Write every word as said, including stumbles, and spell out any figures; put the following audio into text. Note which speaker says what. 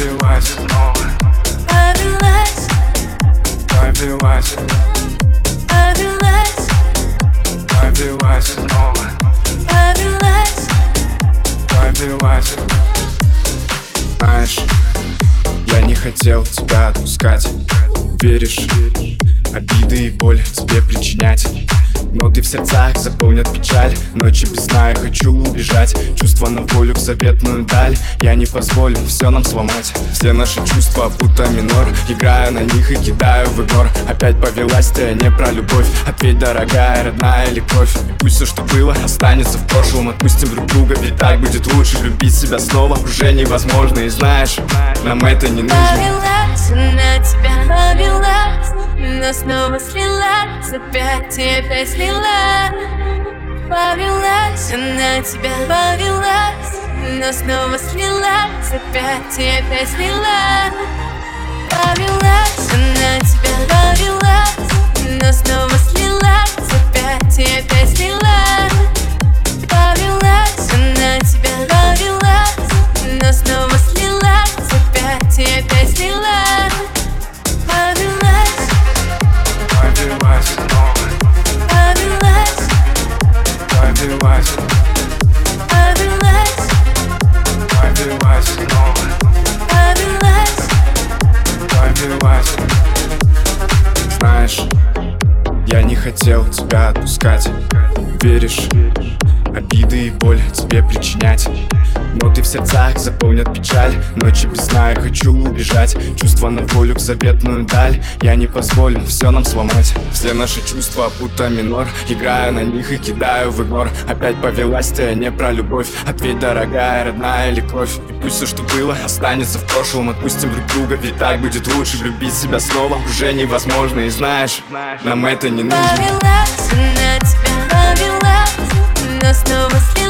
Speaker 1: Повелась снова,
Speaker 2: повелась,
Speaker 1: повелась,
Speaker 2: повелась,
Speaker 1: повелась снова,
Speaker 2: повелась.
Speaker 1: повелась. Знаешь, я не хотел тебя отпускать. Веришь, обиды и боль тебе причинять, но ты в сердцах заполнят печаль. Ночи без сна я хочу убежать. Чувства на волю в заветную даль. Я не позволю все нам сломать. Все наши чувства будто минор. Играю на них и кидаю в игнор. Опять повелась ты, а не про любовь. Ответь, дорогая, родная или кровь. И пусть все, что было, останется в прошлом. Отпустим друг друга, ведь так будет лучше. Любить себя снова уже невозможно. И знаешь, нам это не нужно.
Speaker 2: Повелась на тебя, повелась, но снова слилась, опять и опять слилась. Повелась на тебя, повелась, но снова слилась, опять и опять слилась. Повелась на тебя, повелась, но снова слилась, опять и опять слилась. Повелась на тебя, повелась, но снова слилась, опять и опять слилась. Повелась,
Speaker 1: Повелась снова,
Speaker 2: повелась,
Speaker 1: повелась,
Speaker 2: повелась,
Speaker 1: повелась снова,
Speaker 2: повелась.
Speaker 1: повелась. Знаешь, я не хотел тебя отпускать. Веришь, обиды и боль тебе причинять, но ты в сердцах заполнят печаль. Ночи без сна я хочу убежать. Чувства на волю в заветную даль. Я не позволю все нам сломать. Все наши чувства будто минор. Играю на них и кидаю в игнор. Опять повелась ты, а не про любовь. Ответь, дорогая, родная или кровь. И пусть все, что было, останется в прошлом. Отпустим друг друга, ведь так будет лучше. Любить себя снова уже невозможно. И знаешь, нам это не нужно.
Speaker 2: Повелась на тебя, повелась, но снова слилась.